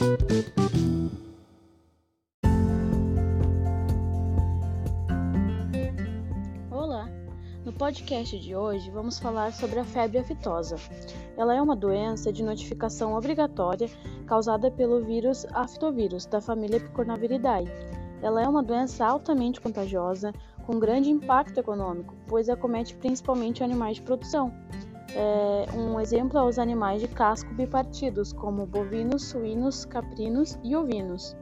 Olá! No podcast de hoje vamos falar sobre a febre aftosa. Ela é uma doença de notificação obrigatória causada pelo vírus aftovírus da família Picornaviridae. Ela é uma doença altamente contagiosa, com grande impacto econômico, pois acomete principalmente animais de produção. Um exemplo é os animais de casco bipartidos, como bovinos, suínos, caprinos e ovinos.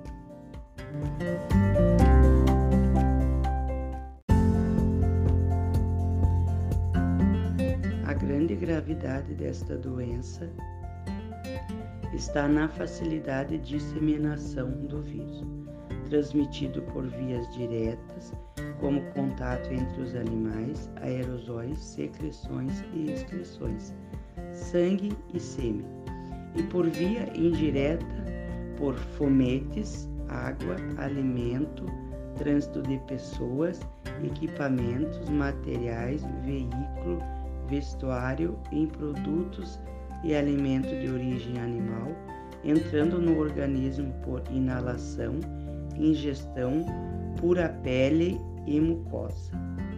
A grande gravidade desta doença está na facilidade de disseminação do vírus, transmitido por vias diretas, como contato entre os animais, aerosóis, secreções e excreções, sangue e sêmen, e por via indireta, por fometes, água, alimento, trânsito de pessoas, equipamentos, materiais, veículo, vestuário, em produtos e alimento de origem animal, entrando no organismo por inalação, ingestão, pura pele e mucosa.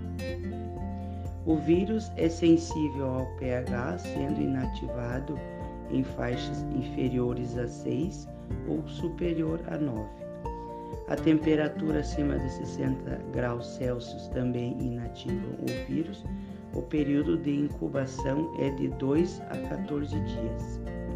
O vírus é sensível ao pH, sendo inativado em faixas inferiores a 6 ou superior a 9. A temperatura acima de 60 graus Celsius também inativam o vírus. O período de incubação é de 2 a 14 dias.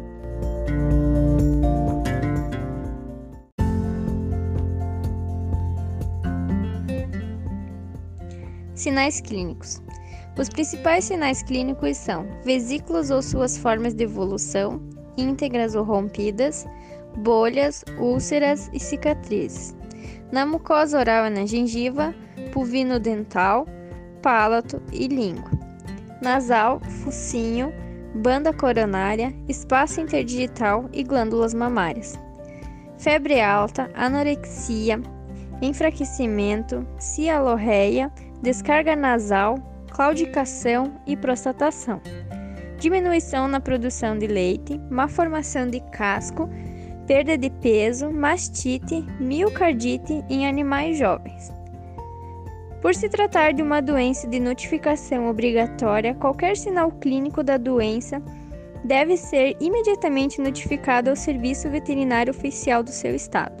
Sinais clínicos. Os principais sinais clínicos são vesículas ou suas formas de evolução, íntegras ou rompidas, bolhas, úlceras e cicatrizes. Na mucosa oral e na gengiva, pulvino dental, palato e língua. Nasal, focinho, banda coronária, espaço interdigital e glândulas mamárias. Febre alta, anorexia, enfraquecimento, cialorreia, descarga nasal, claudicação e prostatação. Diminuição na produção de leite, má formação de casco, perda de peso, mastite, miocardite em animais jovens. Por se tratar de uma doença de notificação obrigatória, qualquer sinal clínico da doença deve ser imediatamente notificado ao Serviço Veterinário Oficial do seu estado.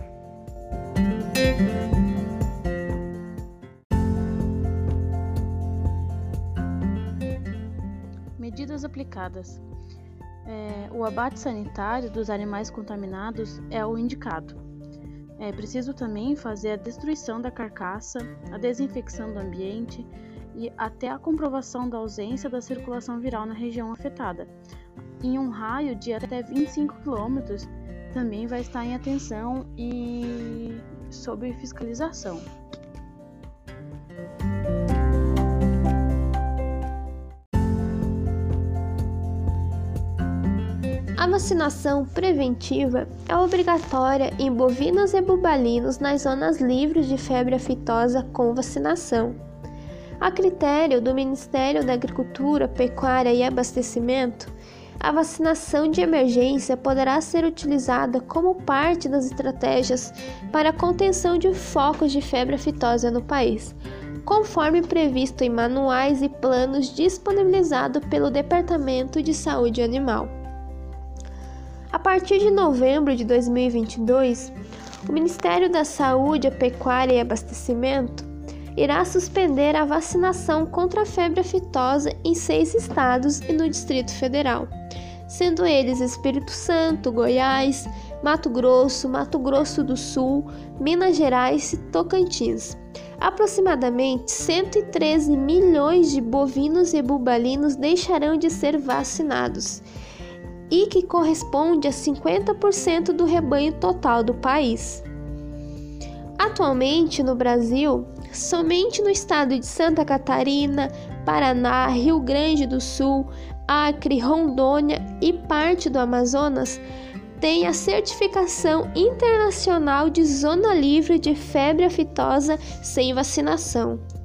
Medidas aplicadas. O abate sanitário dos animais contaminados é o indicado. É preciso também fazer a destruição da carcaça, a desinfecção do ambiente e até a comprovação da ausência da circulação viral na região afetada. Em um raio de até 25 km, também vai estar em atenção e sob fiscalização. A vacinação preventiva é obrigatória em bovinos e bubalinos nas zonas livres de febre aftosa com vacinação. A critério do Ministério da Agricultura, Pecuária e Abastecimento, a vacinação de emergência poderá ser utilizada como parte das estratégias para a contenção de focos de febre aftosa no país, conforme previsto em manuais e planos disponibilizados pelo Departamento de Saúde Animal. A partir de novembro de 2022, o Ministério da Saúde, Pecuária e Abastecimento irá suspender a vacinação contra a febre aftosa em 6 estados e no Distrito Federal, sendo eles Espírito Santo, Goiás, Mato Grosso do Sul, Minas Gerais e Tocantins. Aproximadamente 113 milhões de bovinos e bubalinos deixarão de ser vacinados, e que corresponde a 50% do rebanho total do país. Atualmente, no Brasil, somente no estado de Santa Catarina, Paraná, Rio Grande do Sul, Acre, Rondônia e parte do Amazonas tem a certificação internacional de zona livre de febre aftosa sem vacinação.